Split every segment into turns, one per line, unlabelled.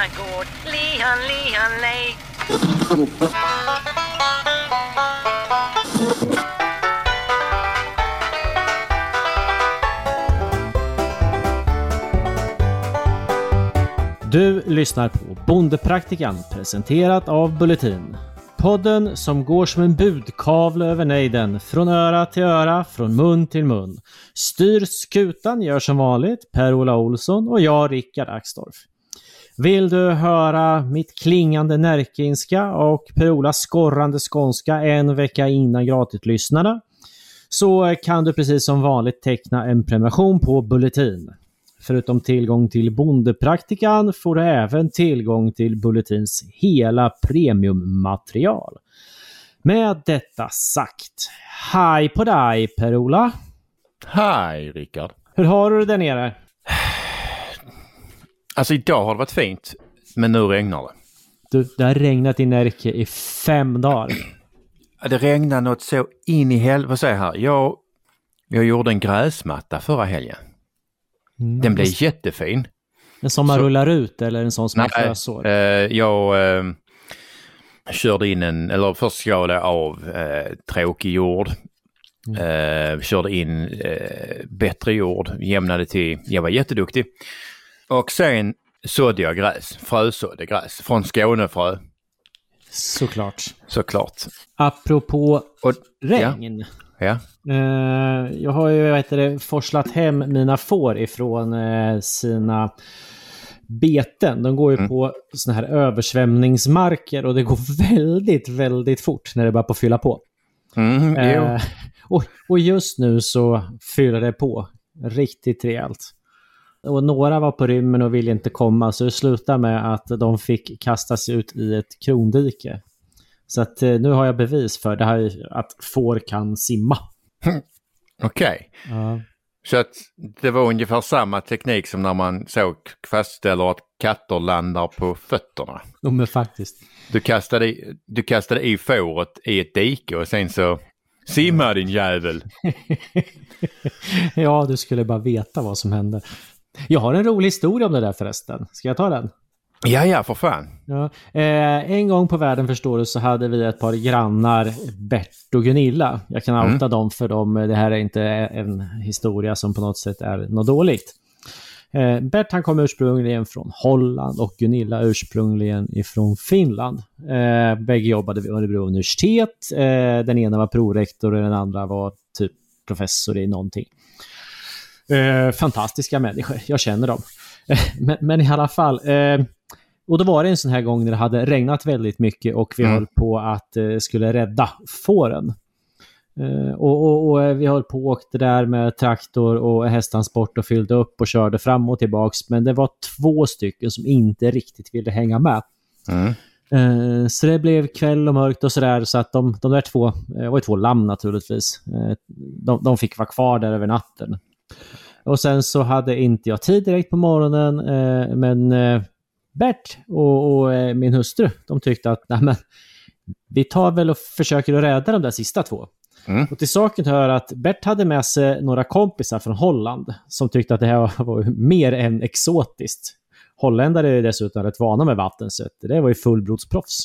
gård. Lihan, lihan, lej.
Du lyssnar på Bondepraktikan, presenterat av Bulletin. Podden som går som en budkavle över nejden, från öra till öra, från mun till mun. Styr skutan gör som vanligt Per-Ola Olsson och jag, Rickard Axdorff. Vill du höra mitt klingande närkinska och Per-Olas skorrande skånska en vecka innan gratislyssnarna, så kan du precis som vanligt teckna en prenumeration på Bulletin. Förutom tillgång till Bondepraktikan får du även tillgång till Bulletins hela premiummaterial. Med detta sagt, hej på dig Per-Ola.
Hej Rickard.
Hur har du det där nere?
Alltså idag har det varit fint, men nu regnar det.
Det har regnat i Närke i 5 dagar.
Det regnar något så in i helvete. Vad säger jag här? Jag gjorde en gräsmatta förra helgen. Den blev jättefin.
En som man rullar ut eller en sån som man frösår?
Jag körde in först skalade av tråkig jord. Körde in bättre jord, jämnade till, jag var jätteduktig. Och sen sådde jag frösådde gräs från Skånefrö. Såklart.
Apropå regn.
Ja.
Jag har ju forslat hem mina får ifrån sina beten. De går ju på såna här översvämningsmarker och det går väldigt, väldigt fort när det börjar på fylla på. Och just nu så fyller det på riktigt rejält. Och några var på rymmen och ville inte komma, så det slutade med att de fick kastas ut i ett krondike. Så att nu har jag bevis för det här att får kan simma.
Okej.
Ja.
Så att det var ungefär samma teknik som när man fastställer att katter landar på fötterna.
Ja, men faktiskt.
Du kastade i fåret i ett dike och sen så simmar din jävel.
Ja, du skulle bara veta vad som hände. Jag har en rolig historia om det där förresten. Ska jag ta den?
Ja, för fan.
Ja. En gång på världen, förstår du, så hade vi ett par grannar, Bert och Gunilla. Jag kan outa dem för dem. Det här är inte en historia som på något sätt är något dåligt. Bert, han kom ursprungligen från Holland och Gunilla ursprungligen ifrån Finland. Bägge jobbade vid Örebro universitet. Den ena var prorektor och den andra var typ professor i någonting. Fantastiska människor, jag känner dem. Men i alla fall, och då var det en sån här gång när det hade regnat väldigt mycket och vi höll på att skulle rädda fåren. Och vi höll på och åkte där med traktor och hästtransport och fyllde upp och körde fram och tillbaks, men det var 2 stycken som inte riktigt ville hänga med. Så det blev kväll och mörkt och sådär, så att de där 2, det var ju 2 lamm naturligtvis, de fick vara kvar där över natten. Och sen så hade inte jag tid direkt på morgonen, men Bert och min hustru, de tyckte att vi tar väl och försöker att rädda de där sista 2. Och till saken hör att Bert hade med sig några kompisar från Holland som tyckte att det här var mer än exotiskt. Holländare är dessutom rätt vana med vatten, så det var ju fullblodsproffs.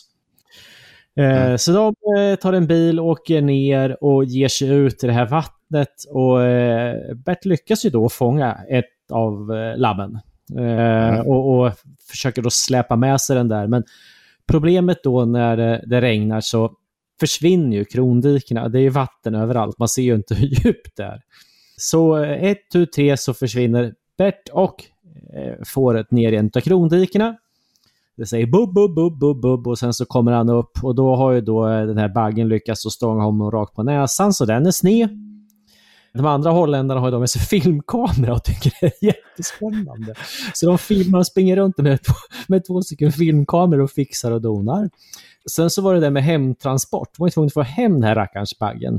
Så de tar en bil, åker ner och ger sig ut i det här vattnet, och Bert lyckas ju då fånga ett av labben och försöker då släpa med sig den där. Men problemet då när det regnar så försvinner ju krondikena. Det är ju vatten överallt, man ser ju inte hur djupt det är. Så 1, 2, 3 så försvinner Bert och fåret ner i en av krondikena. Det säger bubb, bubb, bubb, bubb, bubb, och sen så kommer han upp, och då har ju då den här baggen lyckats att stånga honom rakt på näsan, så den är sned. De andra holländarna har ju med sig filmkamera och tycker det är jättespännande. Så de filmar och springer runt med 2 stycken filmkameror och fixar och donar. Sen så var det där med hemtransport. De var ju tvungna att få hem den här rackarns baggen.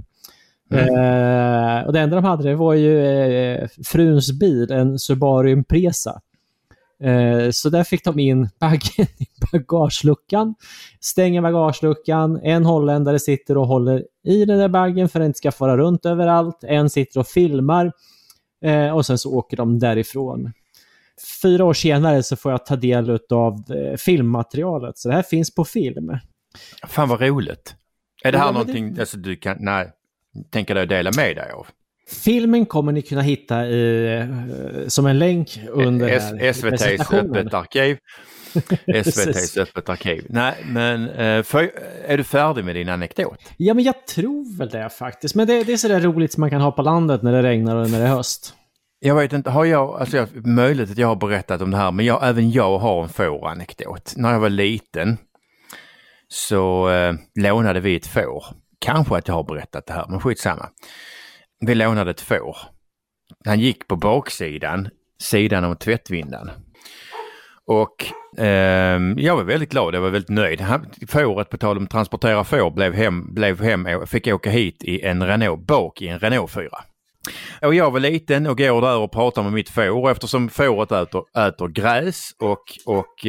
Och det enda de hade, det var ju fruns bil, en Subaru Impreza. Så där fick de in baggen i bagageluckan, stänger bagageluckan, en holländare sitter och håller i den där baggen för att den inte ska fara runt överallt, en sitter och filmar, och sen så åker de därifrån. 4 år senare så får jag ta del av filmmaterialet. Så det här finns på film.
Fan vad roligt. Är det här någonting alltså, du kan tänker du dela med dig av?
Filmen kommer ni kunna hitta som en länk under
SVT:s öppet arkiv. SVT:s öppet arkiv. Nej, men är du färdig med din anekdot?
Ja, men jag tror väl det faktiskt. Men det är så där roligt som man kan ha på landet när det regnar och när det är höst.
Jag vet inte, möjligt att jag har berättat om det här, men även jag har en fåranekdot. När jag var liten så lånade vi ett får. Kanske att jag har berättat det här, men skitsamma. Vi lånade ett får. Han gick på baksidan av tvättvindan. Och jag var väldigt glad, jag var väldigt nöjd. Fåret, på tal om transportera får, blev hem och fick åka hit i en Renault 4. Och jag var liten och går där och pratar med mitt får. Och eftersom fåret äter gräs och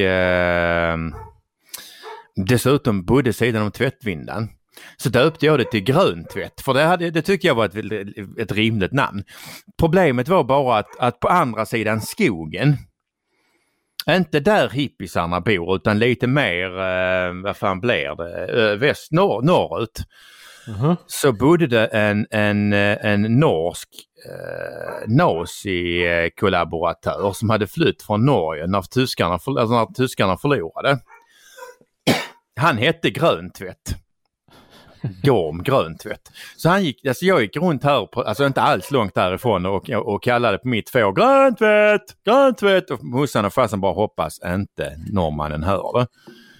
dessutom bodde sidan om tvättvindan, så döpte jag det till gröntvätt. För det tyckte jag var ett rimligt namn. Problemet var bara att på andra sidan skogen, inte där hippisarna bor utan lite mer, vad fan blir det, norrut. Så bodde det en norsk nazi-kollaboratör som hade flytt från Norge när tyskarna förlorade. Han hette Gröntvätt. Gröntvätt. Så jag gick runt här, inte alls långt därifrån och kallade på mitt får Gröntvätt. Och morsan och farsan bara hoppas inte norrmannen hör det.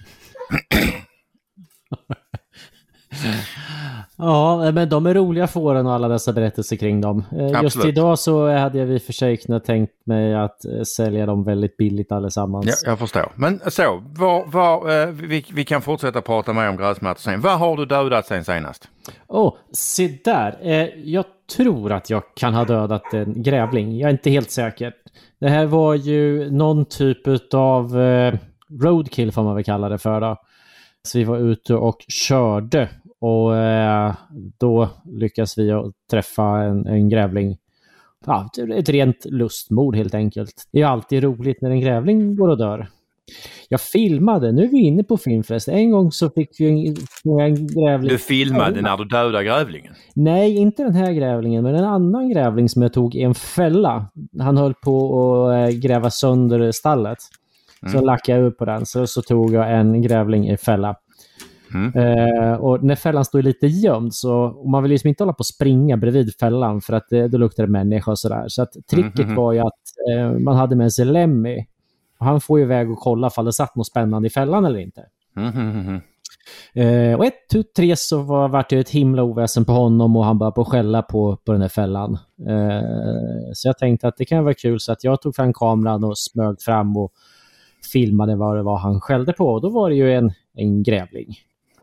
Ja, men de är roliga fåren och alla dessa berättelser kring dem. Just idag så hade vi för sig kunnat tänkt mig att sälja dem väldigt billigt allesammans.
Ja, jag förstår. Men så, vi kan fortsätta prata mer om gräsmattor sen. Vad har du dödat sen senast?
Se där. Jag tror att jag kan ha dödat en grävling. Jag är inte helt säker. Det här var ju någon typ av roadkill får man väl kalla det för då. Så vi var ute och körde och då lyckas vi träffa en grävling. Ja, ett rent lustmord helt enkelt. Det är alltid roligt när en grävling går och dör. Jag filmade, nu är vi inne på film förresten. En gång så fick vi en grävling.
Du filmade när du dödade grävlingen?
Nej, inte den här grävlingen, men en annan grävling som jag tog i en fälla. Han höll på att gräva sönder stallet. Så lackade jag ut på den, så tog jag en grävling i fälla. Och när fällan står lite gömd så man vill liksom inte hålla på att springa bredvid fällan för att då luktar det människa och sådär. Så att tricket var ju att man hade med sig Lemmy. Och han får ju iväg och kolla om det satt något spännande i fällan eller inte. Och 1, 2, 3 så var det ett himla oväsen på honom och han bara på skälla på den här fällan. Så jag tänkte att det kan vara kul, så att jag tog fram kameran och smög fram och filmade vad det var han skällde på. Och då var det ju en grävling.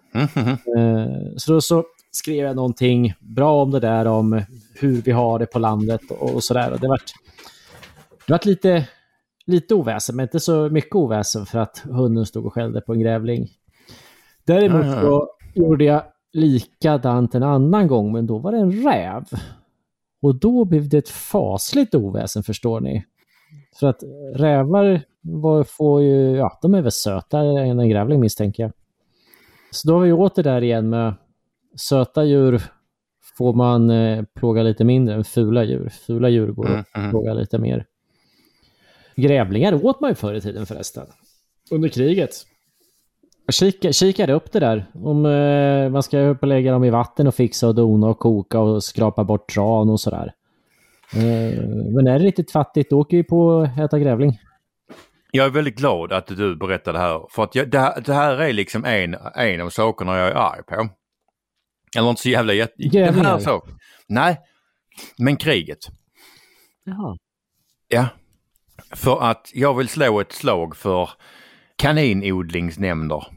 Så skrev jag någonting bra om det där, om hur vi har det på landet och sådär. Och det var lite oväsen, men inte så mycket oväsen för att hunden stod och skällde på en grävling. Däremot så gjorde jag likadant en annan gång, men då var det en räv. Och då blev det ett fasligt oväsen, förstår ni. För att rävar får ju, de är väl sötare än en grävling misstänker jag. Så då har vi åter där igen med söta djur får man plåga lite mindre än fula djur. Fula djur går att plåga lite mer. Grävlingar åt man ju förr i tiden förresten. Under kriget. Kikade upp det där. Om man ska upp och lägga dem i vatten och fixa och dona och koka och skrapa bort tran och sådär. Men är det riktigt fattigt, då åker vi på att äta grävling.
Jag är väldigt glad att du berättade det här. För att det här är liksom en av sakerna jag är arg på. Eller inte så jävla den här saken. Nej, men kriget.
Jaha.
Ja. För att jag vill slå ett slag för kaninodlingsnämnder.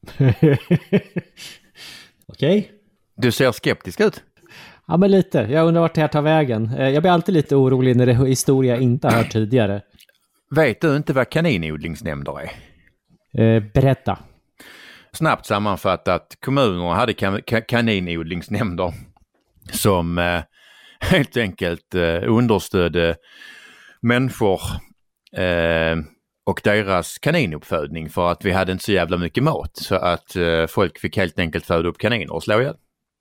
Okej.
Du ser skeptisk ut.
Ja, men lite. Jag undrar vart det här tar vägen. Jag blir alltid lite orolig när det är historia jag inte har hört tidigare.
Vet du inte vad kaninodlingsnämnder
är? Berätta.
Snabbt sammanfattat, kommunerna hade kaninodlingsnämnder som helt enkelt understödde människor och deras kaninuppfödning för att vi hade inte så jävla mycket mat så att folk fick helt enkelt föda upp kaniner och slå ihjäl.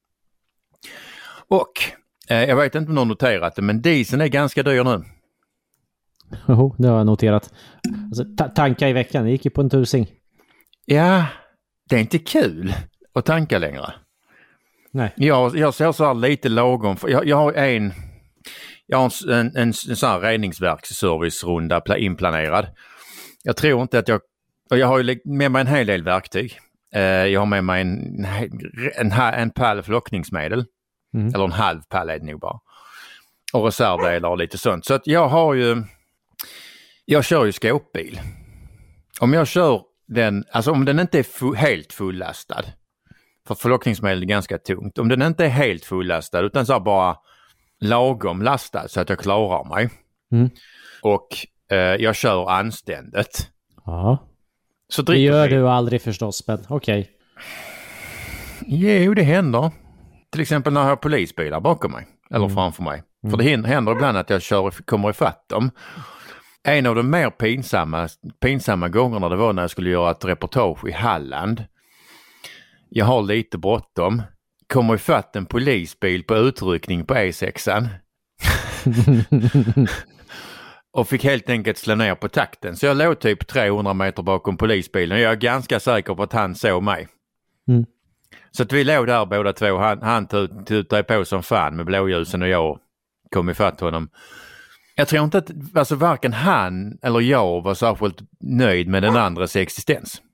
Och jag vet inte om någon noterat det, men dieseln är ganska dyr nu.
Jo, det har jag noterat. Alltså, tanka i veckan, det gick ju på 1000.
Ja, det är inte kul att tanka längre.
Nej.
Jag ser så här lite lagom. Jag har en sån här reningsverksservicerunda inplanerad. Jag tror inte att jag har ju med mig en hel del verktyg. Jag har med mig en pall flockningsmedel. Eller en halv pall är det nog bara. Och reservdelar och lite sånt. Så att jag kör ju skåpbil. Om jag kör den, alltså om den inte är helt fullastad. För förlockningsmedel är ganska tungt. Om den inte är helt fullastad utan så bara lagom lastad så att jag klarar mig. Och jag kör anständigt.
Ja.
Så
det gör du aldrig förstås, men okej.
Jo, det händer. Till exempel när jag har polisbilar bakom mig. Eller framför mig. För det händer ibland att jag kommer ifatt dem. En av de mer pinsamma gångerna det var när jag skulle göra ett reportage i Halland. Jag har lite bråttom. Kommer ifatt en polisbil på utryckning på E6an. Och fick helt enkelt slå ner på takten. Så jag låg typ 300 meter bakom polisbilen. Jag är ganska säker på att han såg mig. Så att vi låg där båda två. Han tutade på som fan med blåljusen och jag kom ifatt honom. Jag tror inte att alltså, varken han eller jag var särskilt nöjd med den andres existens.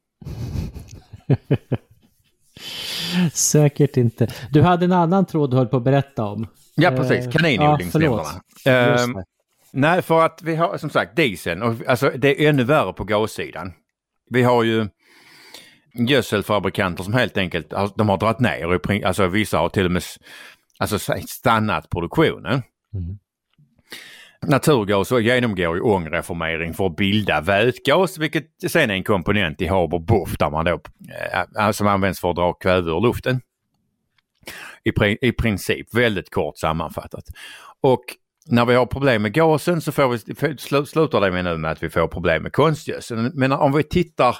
Säkert inte. Du hade en annan tråd du höll på att berätta om.
Ja, precis. Kaninodlingsnämnderna. Nej, för att vi har som sagt dieseln och alltså, det är ännu värre på gassidan. Vi har ju gödselfabrikanter som helt enkelt de har dragit ner. Alltså vissa har till och med stannat produktionen. Naturgas genomgår ju ångreformering för att bilda vätgas, vilket sen är en komponent i Haber Bosch där man då som används för att dra kväve ur luften. I princip, väldigt kort sammanfattat. Och när vi har problem med gasen så slutar det med att vi får problem med konstgödseln. Men om vi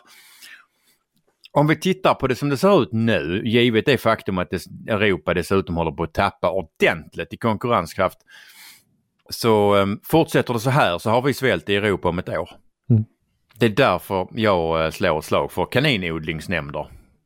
tittar på det som det ser ut nu, givet det faktum att Europa dessutom håller på att tappa ordentligt i konkurrenskraft, så fortsätter det så här så har vi svält i Europa om ett år. Det är därför jag slår ett slag för kaninodlingsnämnder.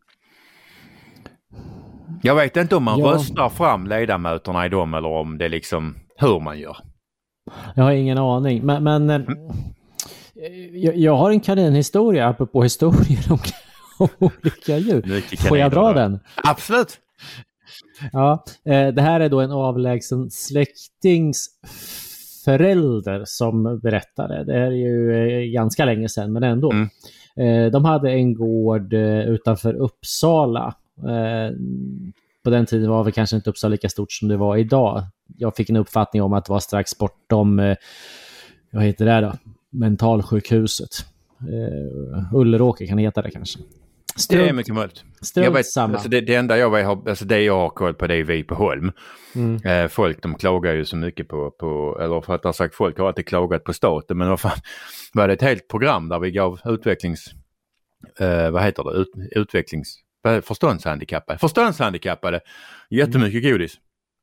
Jag vet inte om man röstar fram ledamöterna i dem eller om det är liksom hur man gör.
Jag har ingen aning. Men jag har en kaninhistoria apropå historier om olika djur. Får jag dra den?
Absolut.
Ja, det här är då en avlägsen släktings förälder som berättade. Det är ju ganska länge sedan, men ändå. De hade en gård utanför Uppsala. På den tiden var väl kanske inte Uppsala lika stort som det var idag. Jag fick en uppfattning om att det var strax bortom vad heter det då? Mentalsjukhuset. Ulleråker kan heta det kanske.
Det är mycket möjligt. Jag vet, alltså det enda jag vet, alltså det jag har koll på det är Vipeholm. Folk de klagar ju så mycket på eller för att ha sagt folk har alltid klagat på staten, men vad fan var det ett helt program där vi gav förståndshandikappade jättemycket godis.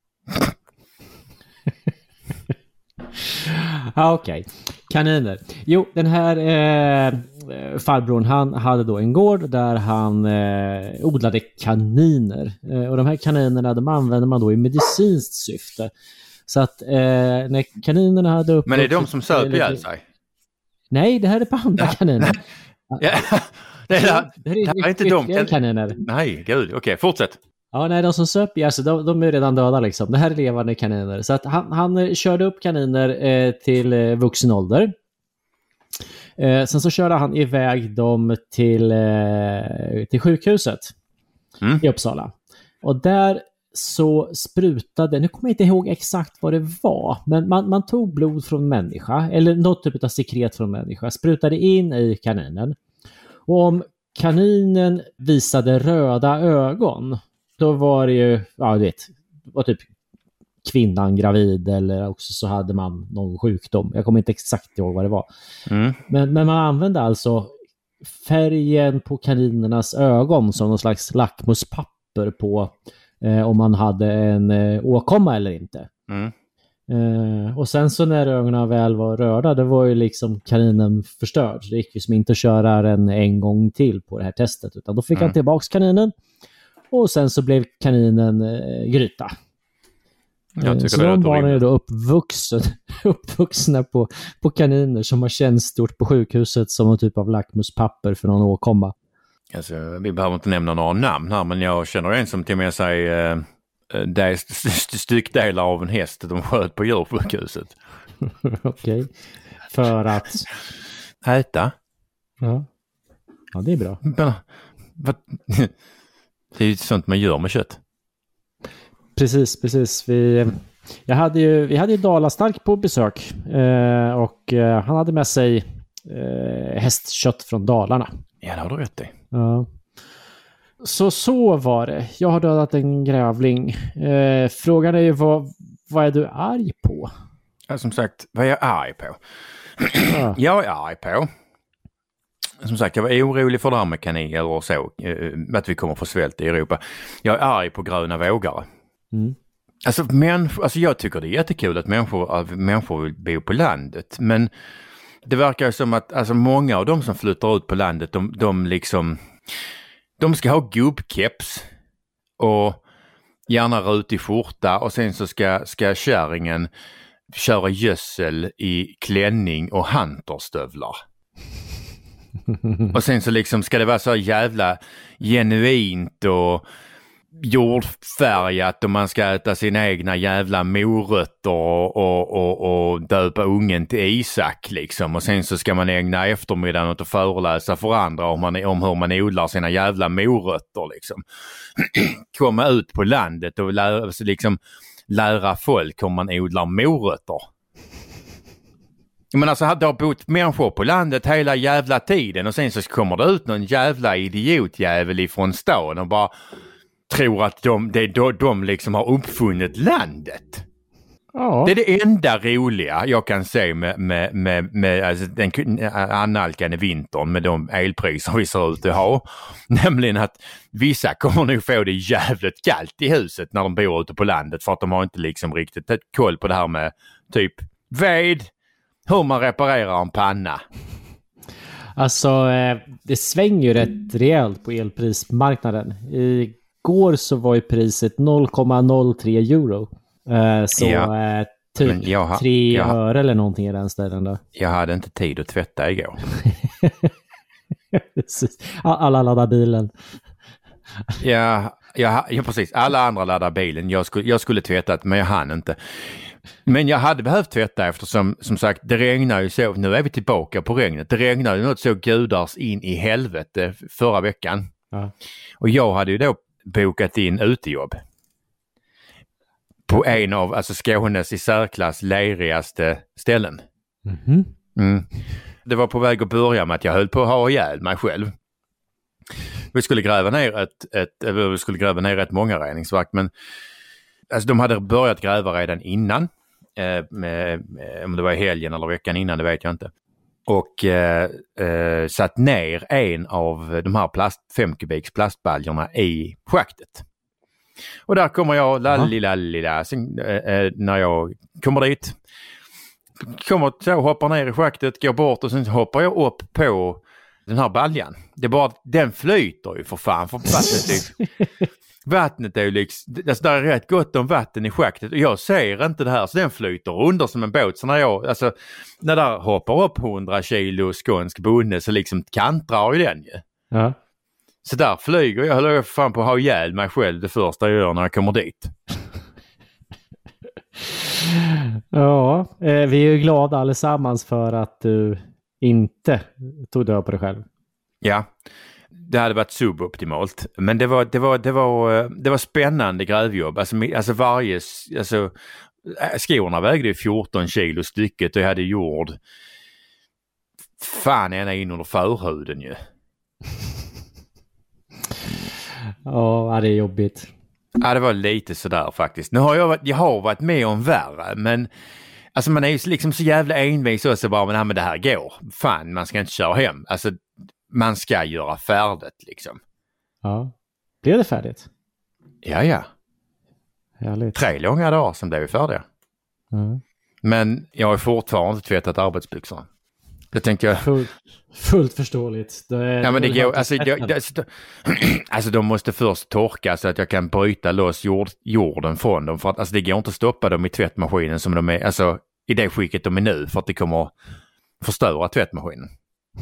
Okej. Kaniner. Jo, den här farbrorn, han hade då en gård där han odlade kaniner. Och de här kaninerna, de använder man då i medicinskt syfte. Så att när kaninerna hade upp...
Men är det de som söp ihjäl sig?
Nej, det här är på andra kaniner.
Ja. Det är inte de
kaniner.
Nej, gud. Okej, fortsätt.
Ja, nej, de som söp ihjäl sig, de är redan döda liksom. Det här är levande kaniner. Så att han körde upp kaniner till vuxen ålder. Sen så körde han iväg dem till sjukhuset i Uppsala. Och där så sprutade, nu kommer jag inte ihåg exakt vad det var, men man tog blod från människa, eller något typ av sekret från människa, sprutade in i kaninen. Och om kaninen visade röda ögon, då var det ju, ja du vet, var typ kvinnan gravid eller också så hade man någon sjukdom. Jag kommer inte exakt ihåg vad det var. Men man använde alltså färgen på kaninernas ögon som någon slags lackmuspapper på om man hade en åkomma eller inte. Och sen så när ögonen väl var rörda, det var ju liksom kaninen förstörd. Det gick ju som inte att köra den en gång till på det här testet, utan då fick han tillbaks kaninen och sen så blev kaninen gryta. Så de barnen är då uppvuxna på kaniner som har tjänstgjort på sjukhuset som en typ av lackmuspapper för någon åkomma.
Alltså, vi behöver inte nämna några namn här, men jag känner en som till med sig det är styckdelar av en häst de sköt på djursjukhuset.
Okej. För att
äta.
Ja, det är bra.
Men, det är ju sånt man gör med kött.
Precis. Vi hade ju Dalastark på besök och han hade med sig hästkött från Dalarna.
Ja, det har du rätt i.
Ja. Så var det. Jag har dödat en grävling. Frågan är ju vad är du arg på?
Ja, som sagt, vad är jag arg på? Jag är arg på. Som sagt, jag var orolig för det här med kaniner och så. Att vi kommer få svält i Europa. Jag är arg på gröna vågare. Alltså jag tycker det är jättekul att människor vill bo på landet. Men det verkar som att alltså, många av de som flyttar ut på landet, de ska ha gubbkeps och gärna rutig skjorta och sen så ska kärringen köra gödsel i klänning och hanterstövlar. Och sen så liksom ska det vara så jävla genuint och jordfärgat och man ska äta sina egna jävla morötter och döpa ungen till Isak liksom. Och sen så ska man ägna eftermiddagen åt att föreläsa för andra om hur man odlar sina jävla morötter liksom. Komma ut på landet och lära folk hur man odlar morötter. Men alltså det har bott människor på landet hela jävla tiden och sen så kommer det ut någon jävla idiotjävel ifrån stan och bara tror att de liksom har uppfunnit landet. Ja. Det är det enda roliga jag kan se med alltså den annalkande vintern med de elpriser vi ser ut att ha. Nämligen att vissa kommer nog få det jävligt kallt i huset när de bor ute på landet för att de har inte liksom riktigt koll på det här med typ ved, hur man reparerar en panna. Alltså
det svänger ju rätt rejält på elprismarknaden. Igår så var ju priset 0,03 euro. Typ 3 öre eller någonting i den ställen då.
Jag hade inte tid att tvätta igår.
Alla laddar bilen.
Ja, precis. Alla andra laddar bilen. Jag skulle tvättat men jag hann inte. Men jag hade behövt tvätta eftersom som sagt det regnar ju så. Nu är vi tillbaka på regnet. Det regnar ju något så gudars in i helvete förra veckan. Ja. Och jag hade ju då bokat in utejobb på en av alltså Skånes i särklass lerigaste ställen. Det var på väg att börja med att jag höll på att ha ihjäl mig själv. Vi skulle gräva ner rätt många reningsverk men alltså de hade börjat gräva redan innan om det var helgen eller veckan innan, det vet jag inte. Och satt ner en av de här 5 kubiks plastbaljorna i schaktet. Och där kommer jag när jag kommer dit hoppar ner i schaktet, går bort och sen hoppar jag upp på den här baljan. Det är bara den flyter ju för fan för vattnet är ju liksom, alltså där är rätt gott om vatten i schaktet och jag ser inte det här så den flyter under som en båt så när där hoppar upp 100 kilo skånsk bonde så liksom kantrar ju den ju. Ja. Så där flyger jag höll fan på att ha ihjäl mig själv det första jag gör när jag kommer dit.
Ja, vi är ju glada allesammans för att du inte tog död på dig själv.
Ja, det hade varit suboptimalt. Men det var spännande grävjobb. Alltså skorna vägde 14 kilo stycket och jag hade jord fan ena in under förhuden ju.
Ja, det är jobbigt.
Ja, det var lite sådär faktiskt. Nu har jag har varit med om värre, men alltså man är ju liksom så jävla envis och så bara, men det här går. Fan, man ska inte köra hem. Alltså, man ska göra färdigt liksom.
Ja. Blev det färdigt?
Ja.
Härligt.
3 långa dagar som blev färdiga.
Mm.
Men jag har fortfarande inte tvättat arbetsbyxorna. Det tänker jag...
Fullt förståeligt.
Ja, men det går... Alltså de måste först torka så att jag kan bryta loss jorden från dem. För att alltså, det går inte att stoppa dem i tvättmaskinen som de är... Alltså i det skicket de är nu, för att det kommer att förstöra tvättmaskinen.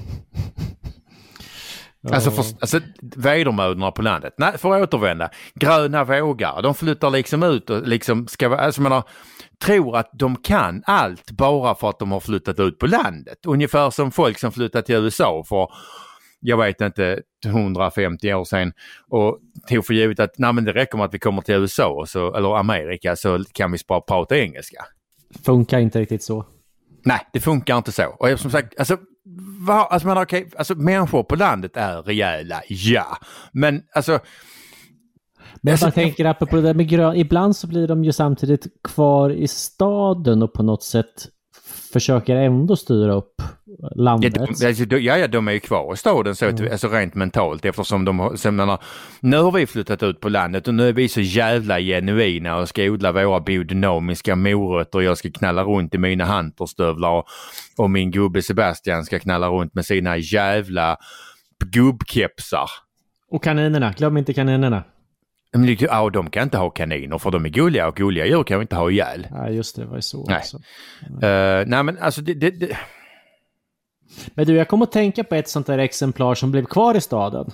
Alltså vädermödorna på landet. Nej, för att återvända. Gröna vågar. De flyttar liksom ut och liksom ska vara... Alltså man tror att de kan allt bara för att de har flyttat ut på landet. Ungefär som folk som flyttat till USA för, jag vet inte, 150 år sedan och tog för givet att nej, men det räcker med att vi kommer till USA eller Amerika så kan vi bara prata engelska.
Funkar inte riktigt så.
Nej, det funkar inte så. Och som sagt, människor på landet är rejäla, ja. Men alltså...
Men man tänker apropå det där med grön, ibland så blir de ju samtidigt kvar i staden och på något sätt försöker ändå styra upp landet.
De är ju kvar i staden så alltså rent mentalt, eftersom nu har vi flyttat ut på landet och nu är vi så jävla genuina och ska odla våra biodynamiska morötter och jag ska knalla runt i mina hunterstövlar och min gubbe Sebastian ska knalla runt med sina jävla gubbkepsar.
Och kaninerna, glöm inte kaninerna.
Ja, de kan inte ha kaniner för de är gulliga och gulliga djur kan vi inte ha ihjäl.
Ja, just det, var ju så.
Nej.
Också.
Nej, men alltså det...
Men du, jag kommer att tänka på ett sånt där exemplar som blev kvar i staden.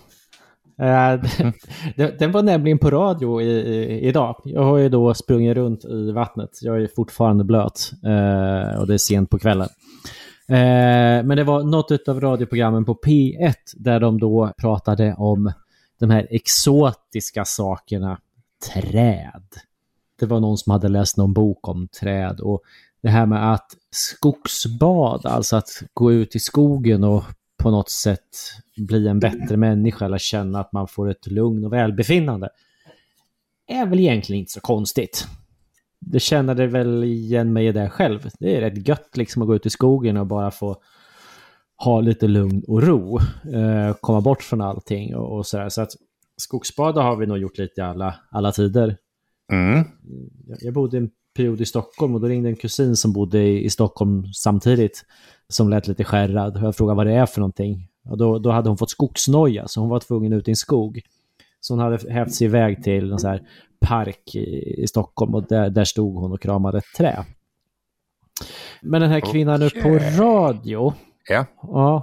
Den var nämligen på radio idag. Jag har ju då sprungit runt i vattnet. Jag är fortfarande blöt och det är sent på kvällen. Men det var något av radioprogrammen på P1 där de då pratade om de här exotiska sakerna, träd. Det var någon som hade läst någon bok om träd och det här med att skogsbad, alltså att gå ut i skogen och på något sätt bli en bättre människa eller känna att man får ett lugn och välbefinnande är väl egentligen inte så konstigt. Det känner det väl igen mig i det själv. Det är rätt gött liksom att gå ut i skogen och bara få ha lite lugn och ro, komma bort från allting och sådär. Så att skogsbada har vi nog gjort lite i alla tider.
Mm.
Jag bodde en period i Stockholm och då ringde en kusin som bodde i Stockholm samtidigt som lät lite skärrad. Jag frågade vad det är för någonting. Och då hade hon fått skogsnoja så hon var tvungen ut i en skog. Så hon hade hävt sig iväg till en sån här park i Stockholm och där stod hon och kramade ett trä. Men den här kvinnan upp på radio...
Ja.
Ja,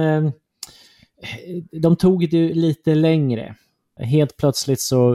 de tog det lite längre. Helt plötsligt så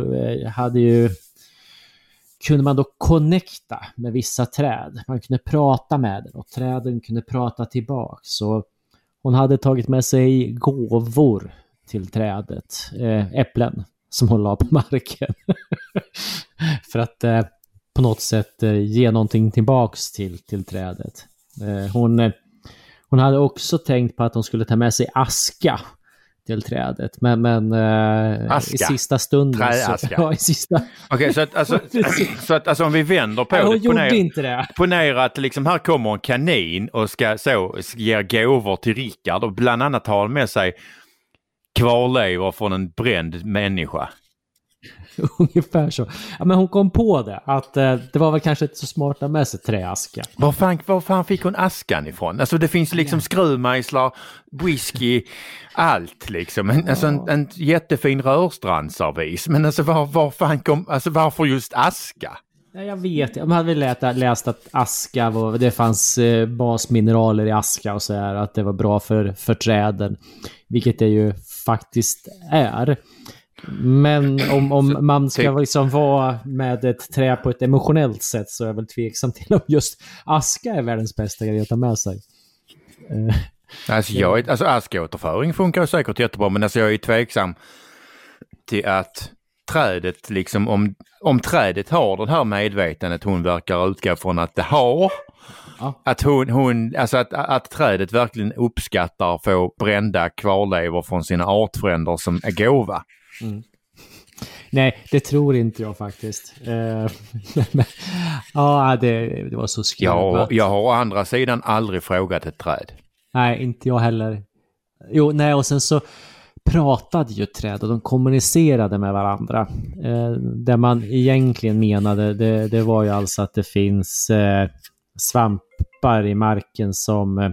kunde man då connecta med vissa träd. Man kunde prata med den och träden kunde prata tillbaka. Så hon hade tagit med sig gåvor till trädet. Äpplen som hon la på marken. För att på något sätt ge någonting tillbaks till trädet. Hon hade också tänkt på att hon skulle ta med sig aska till trädet. Men i sista stunden...
Träaska?
I sista...
Okej, så att om vi vänder på
hon gjorde inte det.
Ponera att liksom här kommer en kanin och ska ge gåvor till Rickard och bland annat har med sig kvarlevor från en bränd människa.
Ungefär så. Ja, men hon kom på det. Att det var väl kanske inte så smart att med sig träaska.
Var fan fick hon askan ifrån? Alltså det finns liksom skruvmejslar, whisky, allt liksom. En jättefin rörstrandsservis. Men alltså varför just aska?
Ja, jag vet. Man hade väl läst att aska det fanns basmineraler i aska och så här. Att det var bra för träden. Vilket det ju faktiskt är. Men om man ska liksom vara med ett trä på ett emotionellt sätt så är jag väl tveksam till om just aska är världens bästa grej att ta med sig.
Alltså askaåterföring funkar ju säkert jättebra, men alltså jag är tveksam till att trädet liksom, om trädet har den här medvetandet hon verkar utgå från att det har, att att trädet verkligen uppskattar att få brända kvarlevor från sina artfränder som är gåva.
Nej, det tror inte jag faktiskt. Ja, det var så skruvat.
Jag har å andra sidan aldrig frågat ett träd.
Nej, inte jag heller. Jo, nej, och sen så pratade ju träd och de kommunicerade med varandra. Det man egentligen menade, det var ju alltså att det finns svampar i marken som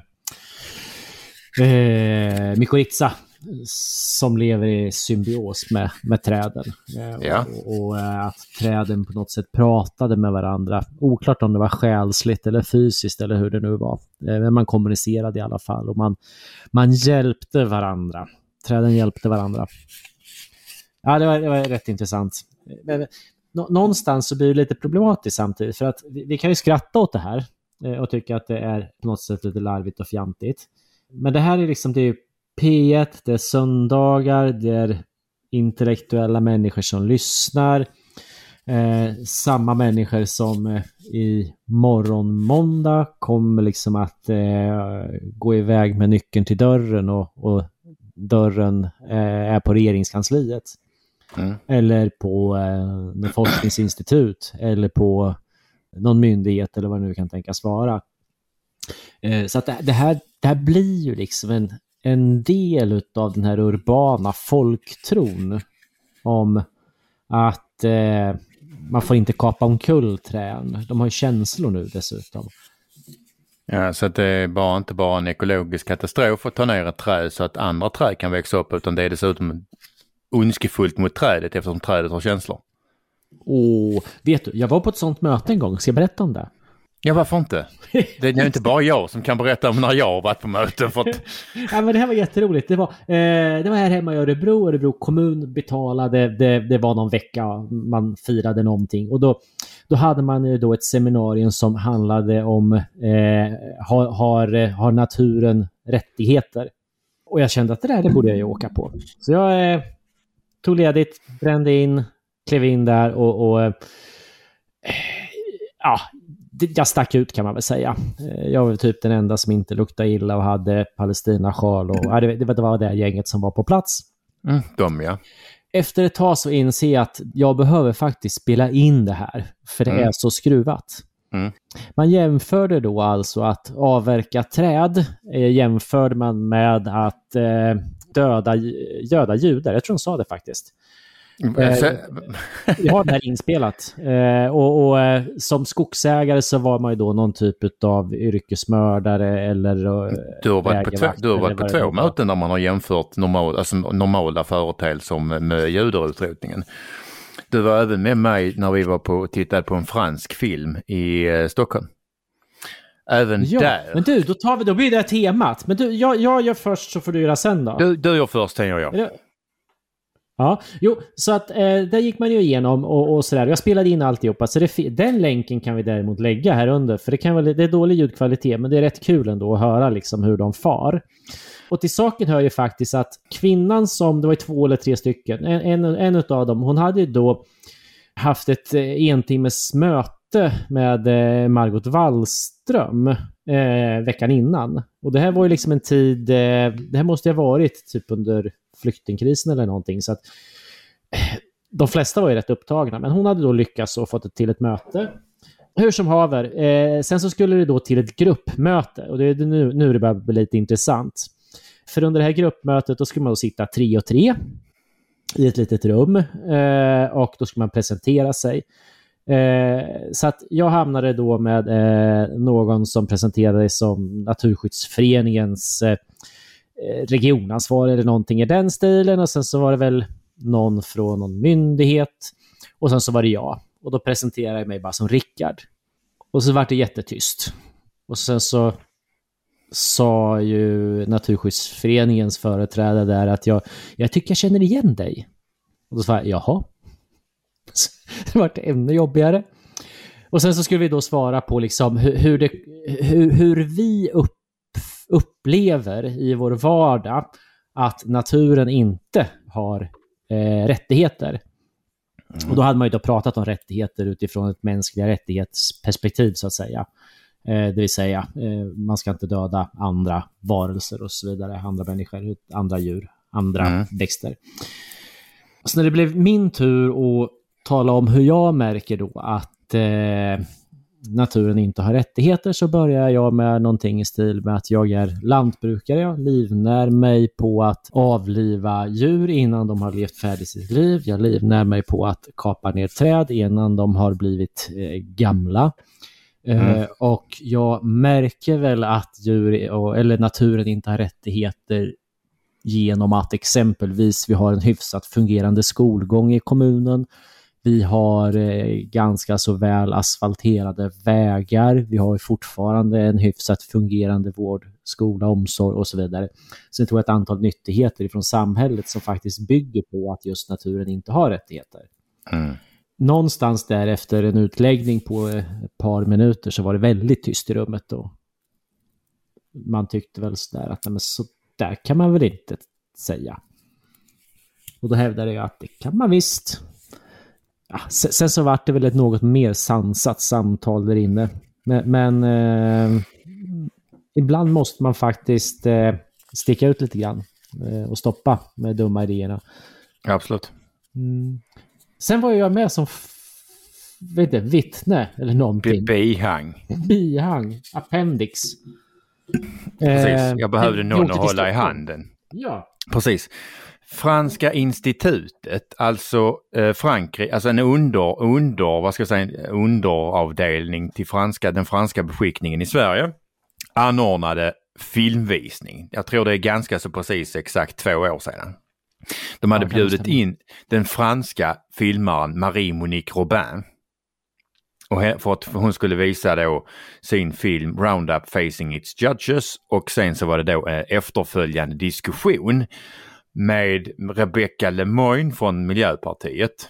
mykorrhiza som lever i symbios med träden. Och att träden på något sätt pratade med varandra. Oklart om det var själsligt eller fysiskt eller hur det nu var. Men man kommunicerade i alla fall och man hjälpte varandra. Träden hjälpte varandra. Ja, det var rätt intressant. Men någonstans så blir det lite problematiskt samtidigt, för att vi kan ju skratta åt det här och tycka att det är på något sätt lite larvigt och fjantigt. Men det här är liksom, det är P1, det är söndagar, det är intellektuella människor som lyssnar. Samma människor som i morgon måndag kommer liksom att gå iväg med nyckeln till dörren och dörren är på regeringskansliet. Eller på något forskningsinstitut eller på någon myndighet eller vad det nu kan tänkas vara. Så att det här blir ju liksom en del av den här urbana folktron om att man får inte kapa omkull träd. De har ju känslor nu dessutom.
Ja, så att det är inte bara en ekologisk katastrof att ta ner ett träd så att andra träd kan växa upp, utan det är dessutom ondskefullt mot trädet eftersom trädet har känslor.
Vet du, jag var på ett sånt möte en gång. Ska jag berätta om det?
Ja, varför inte? Det är inte bara jag som kan berätta om när jag har varit på möten. För att...
Ja, men det här var jätteroligt. Det var här hemma i Örebro kommun betalade, det var någon vecka man firade någonting. Och då hade man ju då ett seminarium som handlade om har naturen rättigheter? Och jag kände att det borde jag ju åka på. Så jag tog ledigt, brände in, klev in där och jag stack ut kan man väl säga. Jag var typ den enda som inte luktade illa och hade Palestina-sjal. Och, det var det gänget som var på plats.
Ja.
Efter ett tag så inser jag att jag behöver faktiskt spela in det här. För det är så skruvat. Man jämförde då alltså att avverka träd jämförde man med att döda judar. Jag tror de sa det faktiskt. Jag har det här inspelat och som skogsägare så var man ju då någon typ av yrkesmördare eller
du har varit på två möten där man har jämfört normala företeelser med juderutrotningen. Du var även med mig när vi var tittade på en fransk film i Stockholm. Även där. Men du, då blir det temat. Men du, jag gör först så får du göra sen då. Du gör först, sen gör jag. Ja, så att där gick man ju igenom och sådär. Jag spelade in alltihopa, så den länken kan vi däremot lägga här under. För det är dålig ljudkvalitet, men det är rätt kul ändå att höra liksom hur de far. Och till saken hör ju faktiskt att kvinnan som, det var 2 eller 3 stycken, en av dem, hon hade ju då haft ett entimmes möte med Margot Wallström veckan innan. Och det här var ju liksom en tid, det här måste ha varit typ under flyktingkrisen eller någonting, så att de flesta var ju rätt upptagna, men hon hade då lyckats och fått till ett möte. Hur som haver, sen så skulle det då till ett gruppmöte, och det är nu det börjar bli lite intressant. För under det här gruppmötet då skulle man då sitta 3 och 3 i ett litet rum och då skulle man presentera sig. Så att jag hamnade då med någon som presenterade som Naturskyddsföreningens regionansvar eller någonting i den stilen, och sen så var det väl någon från någon myndighet och sen så var det jag, och då presenterade jag mig bara som Rickard, och så var det jättetyst, och sen så sa ju Naturskyddsföreningens företrädare där att jag tycker jag känner igen dig, och då sa jag jaha. Det var ännu jobbigare. Och sen så skulle vi då svara på liksom hur vi upplever i vår vardag att naturen inte har rättigheter. Och då hade man ju då pratat om rättigheter utifrån ett mänskliga rättighetsperspektiv så att säga. Det vill säga, man ska inte döda andra varelser och så vidare, andra människor, andra djur, andra växter.
Så när det blev min tur att tala om hur jag märker då att naturen inte har rättigheter, så börjar jag med någonting i stil med att jag är lantbrukare. Jag livnär mig på att avliva djur innan de har levt färdigt sitt liv. Jag livnär mig på att kapa ner träd innan de har blivit gamla. Och jag märker väl att djur eller naturen inte har rättigheter genom att exempelvis vi har en hyfsat fungerande skolgång i kommunen. Vi har ganska så väl asfalterade vägar. Vi har fortfarande en hyfsat fungerande vård, skola, omsorg och så vidare. Sen tror jag ett antal nyttigheter från samhället som faktiskt bygger på att just naturen inte har rättigheter. Någonstans där efter en utläggning på ett par minuter så var det väldigt tyst i rummet då. Man tyckte väl sådär att men så där kan man väl inte säga. Och då hävdade jag att det kan man visst. Ja, sen så var det väl ett något mer sansat samtal där inne. Men ibland måste man faktiskt sticka ut lite grann och stoppa med dumma idéerna.
Absolut.
Sen var jag med som vittne eller någonting. Bihang. Appendix.
Precis, jag behövde någon att hålla i handen.
Ja.
Precis. Franska institutet, alltså Frankrike, alltså en underavdelning till den franska beskickningen i Sverige, anordnade filmvisning. Jag tror det är ganska så precis exakt 2 år sedan. De hade bjudit in den franska filmaren Marie-Monique Robin och för att hon skulle visa då sin film Roundup Facing Its Judges, och sen så var det då efterföljande diskussion med Rebecca Lemoyne från Miljöpartiet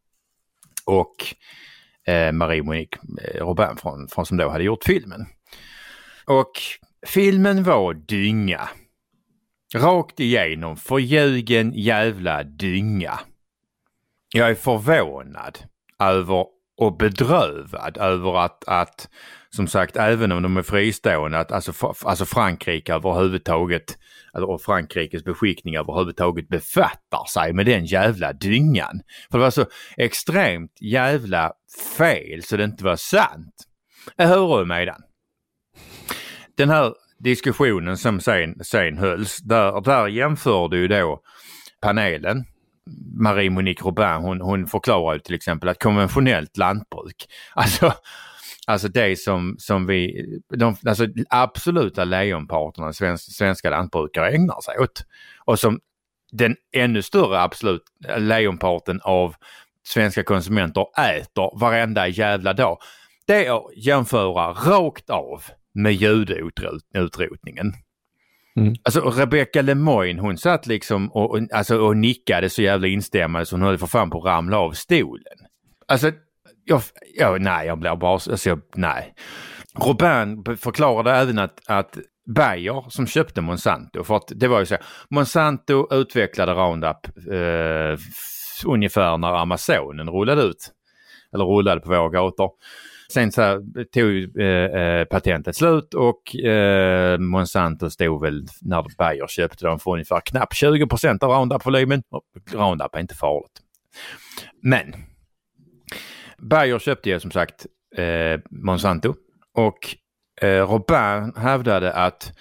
och Marie-Monique Robin från som då hade gjort filmen. Och filmen var dynga. Rakt igenom, förljugen jävla dynga. Jag är förvånad över och bedrövad över att som sagt, även om de är fristående, att alltså Frankrike överhuvudtaget, och Frankrikes beskickning överhuvudtaget befattar sig med den jävla dyngan. För det var så extremt jävla fel så det inte var sant. Jag hör med den här diskussionen som sen hölls, där jämförde ju då panelen Marie-Monique Robin, hon förklarar ju till exempel att konventionellt lantbruk, alltså det som alltså absoluta lejonparten svenska lantbrukare ägnar sig åt, och som den ännu större absolut lejonparten av svenska konsumenter äter varenda jävla dag, det är att jämföra rakt av med judeutrotningen. Alltså Rebecca Lemoyne, hon satt liksom och nickade så jävla instämmande så hon höll för fan på att ramla av stolen. Alltså jag blev bara nej. Robin förklarade även att Bayer som köpte Monsanto, för att det var ju så, Monsanto utvecklade Roundup ungefär när Amazonen rullade på våra gator. Sen så tog patentet slut och Monsanto stod väl när Bayer köpte dem för ungefär knappt 20% av Roundup-volymen. Roundup är inte farligt. Men Bayer köpte ju som sagt Monsanto, och Robin hävdade att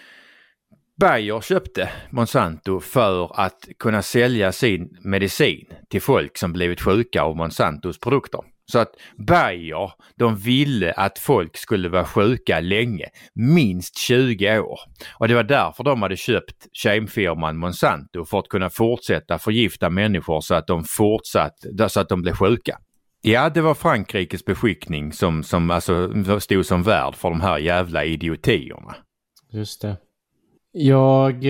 Bayer köpte Monsanto för att kunna sälja sin medicin till folk som blivit sjuka av Monsantos produkter. Så att Bayer, de ville att folk skulle vara sjuka länge, minst 20 år. Och det var därför de hade köpt kemfirman Monsanto, för att kunna fortsätta förgifta människor så att de blev sjuka. Ja, det var Frankrikes beskickning som alltså stod som värd för de här jävla idiotierna.
Just det. Jag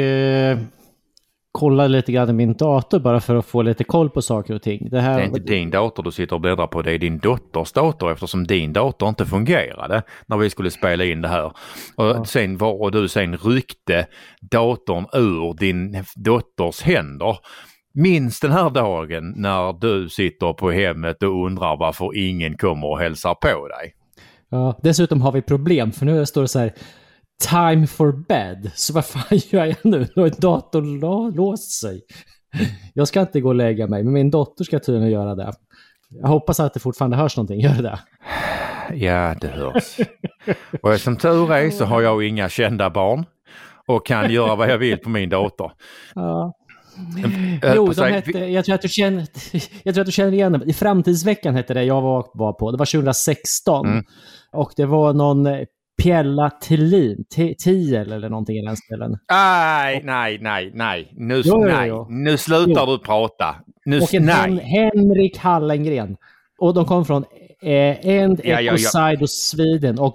kollade lite grann i min dator bara för att få lite koll på saker och ting. Det är
inte din dator du sitter och bläddrar på, det är din dotters dator, eftersom din dator inte fungerade när vi skulle spela in det här. Och sen du ryckte datorn ur din dotters händer. Minns den här dagen när du sitter på hemmet och undrar varför ingen kommer och hälsar på dig.
Ja, dessutom har vi problem, för nu står det så här time for bed. Så vad fan gör jag nu? Nu har datorn låst sig. Jag ska inte gå och lägga mig, men min dotter ska tydligen göra det. Jag hoppas att det fortfarande hörs någonting. Gör det?
Ja, det hörs. Och som tur är så har jag inga kända barn och kan göra vad jag vill på min dator.
Ja. Jo, jag tror att du känner igen det. I Framtidsveckan hette det jag var på. Det var 2016. Och det var någon Pjella Tillin, Tiel eller någonting i den ställen. Nej. Nu slutar du prata. Henrik Hallengren. Och de kom från Ecocide och Sweden och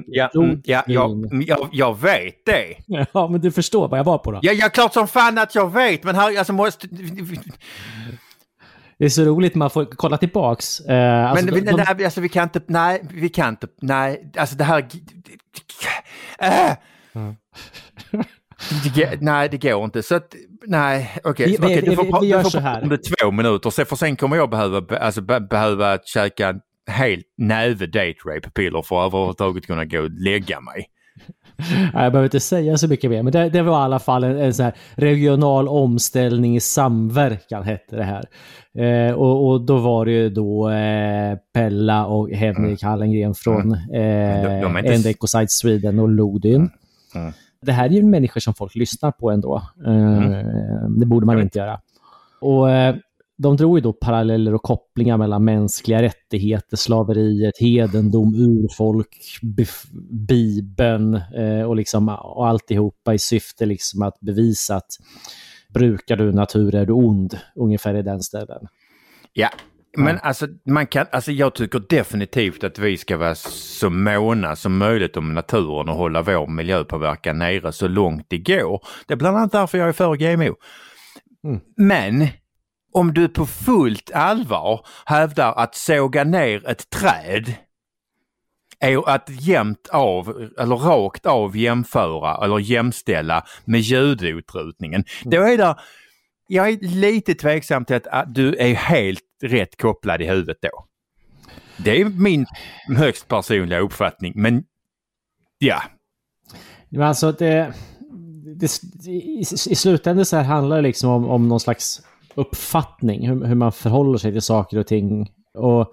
jag vet det.
Ja, men du förstår vad jag var på då.
Ja, klart som fan att jag vet, men här alltså måste...
Det är så roligt man får kolla tillbaks.
Vi kan inte, alltså det här... Nej, det går inte. Så att, nej, okej. Du får prata om det 2 minuter. För sen kommer jag behöva käka en helt näve date rape-piller för att överhuvudtaget kunna gå och lägga mig.
Jag behöver inte säga så mycket mer, men det var i alla fall en sån här regional omställning i samverkan hette det här. Och då var det ju då Pella och Henrik Hallengren från Ecocide Sweden och Lodin. Det här är ju människor som folk lyssnar på ändå. Det borde man inte göra. Och de drog ju då paralleller och kopplingar mellan mänskliga rättigheter, slaveriet, hedendom, urfolk, Bibeln och alltihopa i syfte liksom att bevisa att brukar du natur är du ond, ungefär i den ställen.
Ja. Men jag tycker definitivt att vi ska vara så måna som möjligt om naturen och hålla vår miljöpåverkan nere så långt det går. Det är bland annat därför jag är för GMO. Men om du på fullt allvar hävdar att såga ner ett träd är att rakt av jämföra eller jämställa med ljudutrotningen, då är det... Jag är lite tveksam till att du är helt rätt kopplad i huvudet då. Det är min högst personliga uppfattning, men ja.
Alltså i slutändan så här handlar det liksom om någon slags uppfattning, hur man förhåller sig till saker och ting. Och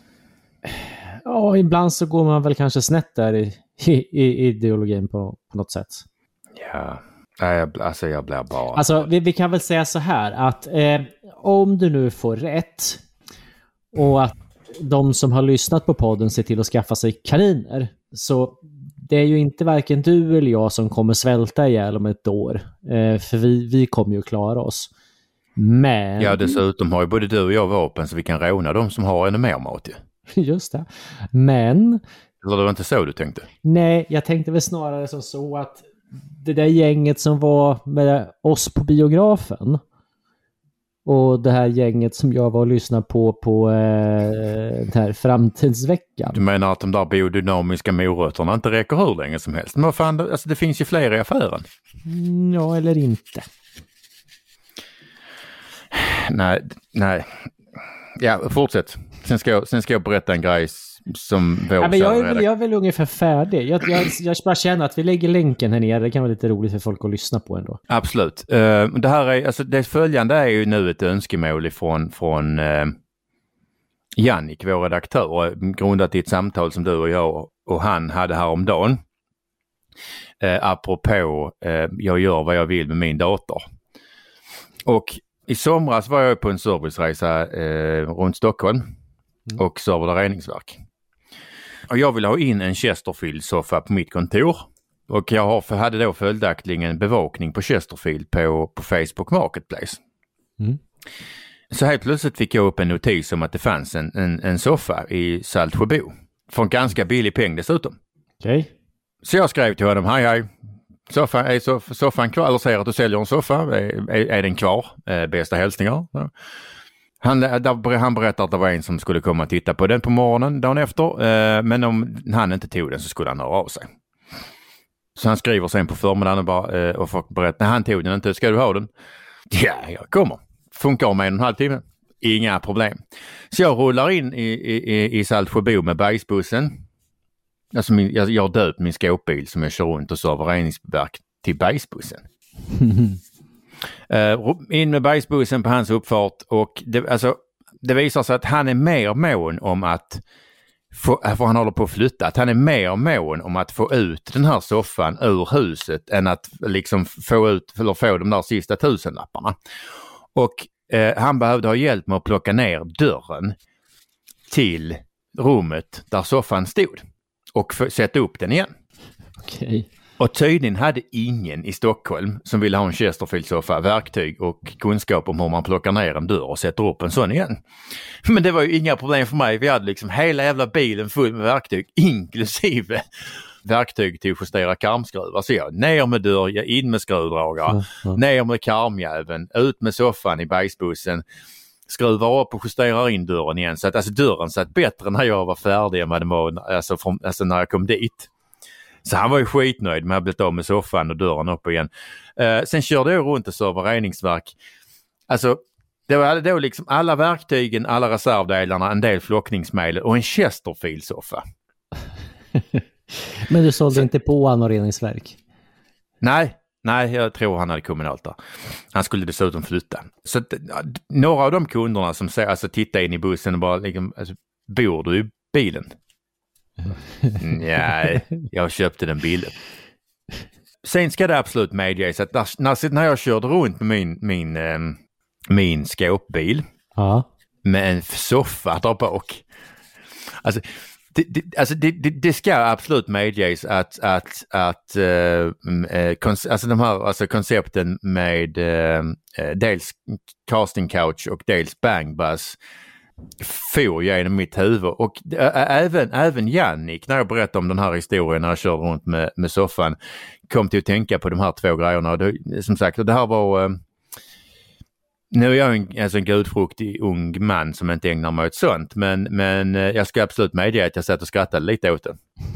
ibland så går man väl kanske snett där i ideologin på något sätt.
Ja. Jag blir bara...
Alltså, vi kan väl säga så här att om du nu får rätt och att de som har lyssnat på podden ser till att skaffa sig kaniner, så det är ju inte varken du eller jag som kommer svälta ihjäl om ett år. För vi kommer ju klara oss. Men... Ja,
dessutom har ju både du och jag vapen så vi kan råna dem som har ännu mer mat ju.
Just det. Men...
Eller det var inte så du tänkte?
Nej, jag tänkte väl snarare som så att det där gänget som var med oss på biografen och det här gänget som jag var och lyssnade på den här Framtidsveckan.
Du menar att de där biodynamiska morötterna inte räcker hur länge som helst? Men vad fan, alltså det finns ju fler i affären.
Ja, eller inte.
Nej. Ja, fortsätt. Sen ska jag berätta en grej som
jag är väl ungefär färdig. Jag bara känner att vi lägger länken här nere. Det kan vara lite roligt för folk att lyssna på ändå.
Absolut. Det här är, alltså det följande är ju nu ett önskemål från Jannik, vår redaktör, grundat i ett samtal som du och jag och han hade häromdagen. Apropå jag gör vad jag vill med min dator. Och i somras var jag på en serviceresa runt Stockholm och servade reningsverk. Och jag ville ha in en Chesterfield-soffa på mitt kontor. Och jag hade då följaktligen bevakning på Chesterfield på Facebook Marketplace. Så helt plötsligt fick jag upp en notis om att det fanns en soffa i Saltsjöbo. För en ganska billig peng dessutom.
Okay. Så
jag skrev till honom, hej. Soffan kvar, eller säger att du säljer en soffa. Är den kvar? Bästa hälsningar. Ja. Han berättade att det var en som skulle komma och titta på den på morgonen dagen efter. Men om han inte tog den så skulle han höra av sig. Så han skriver sen på förmiddagen och får berätta, när han tog den inte, ska du ha den? Ja, jag kommer. Funkar om 1,5 timme. Inga problem. Så jag rullar in i Saltsjöbo med bajsbussen. Alltså jag har döpt min skåpbil som jag kör runt och servar reningsverk till bajsbussen. In med bajsbussen på hans uppfart och det visar sig att han är mer mån om att för han håller på att flytta, att han är mer mån om att få ut den här soffan ur huset än att liksom få de där sista 1000-lapparna. Och han behövde ha hjälp med att plocka ner dörren till rummet där soffan stod och sätta upp den igen.
Okej.
Och tydligen hade ingen i Stockholm som ville ha en Chesterfield-soffa, verktyg och kunskap om hur man plockar ner en dörr och sätter upp en sån igen. Men det var ju inga problem för mig. Vi hade liksom hela jävla bilen full med verktyg, inklusive verktyg till att justera karmskruvar. Så jag ner med dörr, in med skruvdragare, ner med karmjäveln, ut med soffan i bajsbussen, skruvar upp och justerar in dörren igen. Så att dörren satt bättre när jag var färdig än vad den var när jag kom dit. Så han var ju skitnöjd med att ha blivit av med soffan och dörren upp igen. Sen körde jag runt och servade reningsverk. Alltså, det var då liksom alla verktygen, alla reservdelarna, en del flockningsmedel och en Chesterfield-soffa.
Men du sålde inte på han och reningsverk?
Nej, jag tror han hade kommunalt där. Han skulle dessutom flytta. Så några av de kunderna som tittar in i bussen och bara liksom, bor du i bilen? Nej, jag köpte den billigt. Sen ska det absolut medges att när jag körde runt med min skåpbil med en soffa där bak. Det ska absolut medges att de här koncepten med dels casting couch och dels bang bus får jag genom mitt huvud och även Jannik, när jag berättade om den här historien när jag körde runt med soffan, kom till att tänka på de här två grejerna. Som sagt, det här var nu är jag en gudfruktig ung man som inte ägnar mig åt sånt, men jag ska absolut medge att jag satt och skrattade lite åt det.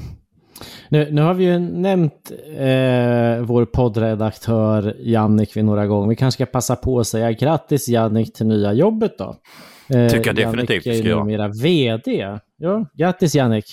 Nu har vi ju nämnt vår poddredaktör Jannik vid några gånger. Vi kanske ska passa på att säga grattis Jannik till nya jobbet då.
Tycker jag definitivt
Jannik är ju numera vd. Ja, grattis Jannik.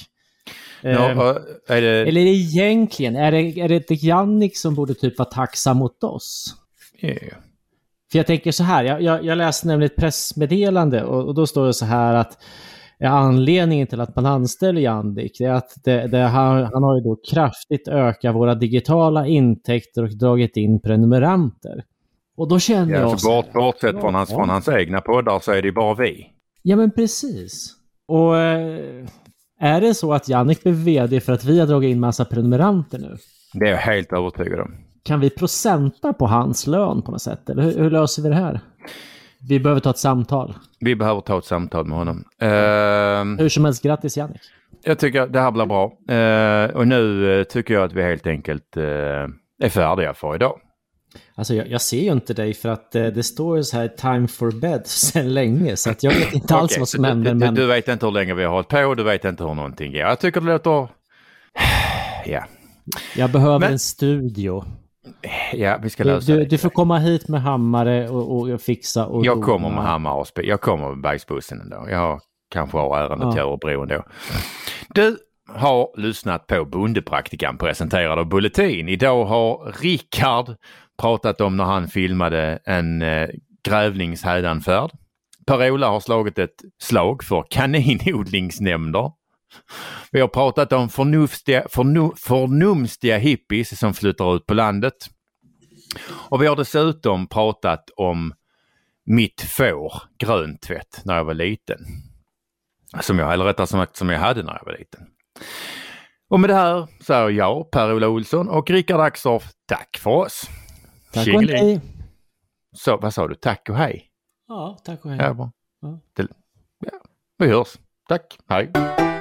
Eller egentligen, är det Jannik som borde typ vara tacksam mot oss?
Yeah.
För jag tänker så här, jag läste nämligen ett pressmeddelande och då står det så här att anledningen till att man anställer Jannik är att han har ju då kraftigt ökat våra digitala intäkter och dragit in prenumeranter. Och då känner jag...
Så bortsett från hans egna poddar så är det bara vi.
Ja men precis. Och är det så att Jannik blir vd för att vi har dragit in massa prenumeranter nu?
Det är jag helt övertygad om.
Kan vi procenta på hans lön på något sätt? Eller hur löser vi det här? Vi behöver ta ett samtal. Vi behöver ta ett samtal med honom. Hur som helst, grattis Jannik.
Jag tycker det här blir bra. Och nu tycker jag att vi helt enkelt är färdiga för idag.
Alltså jag ser ju inte dig för att det står så här time for bed sedan länge. Så att jag vet inte alls vad som händer. Men...
Du vet inte hur länge vi har hållit på. Du vet inte hur någonting är. Jag tycker det låter... Ja.
Jag behöver en studio.
Ja, vi ska lösa det.
Du får komma hit med hammare och fixa. Och
jag kommer med hammare och jag kommer med bajsbussen ändå. Jag kanske har ärendet till Örebro ändå. Du har lyssnat på Bondepraktikan presenterad av Bulletin. Idag har Rickard pratat om när han filmade en grävlingshädanfärd. Per-Ola har slagit ett slag för kaninodlingsnämnder. Vi har pratat om förnumstiga hippies som flyttar ut på landet. Och vi har dessutom pratat om mitt får, gröntvätt, när jag var liten. Som jag hade när jag var liten. Och med det här säger jag, Per-Ola Olsson och Rickard Axdorff, tack för oss.
Tack och hej.
Så, vad sa du? Tack och hej?
Ja, tack och hej.
Ja, bra. Ja, vi hörs. Tack, hej.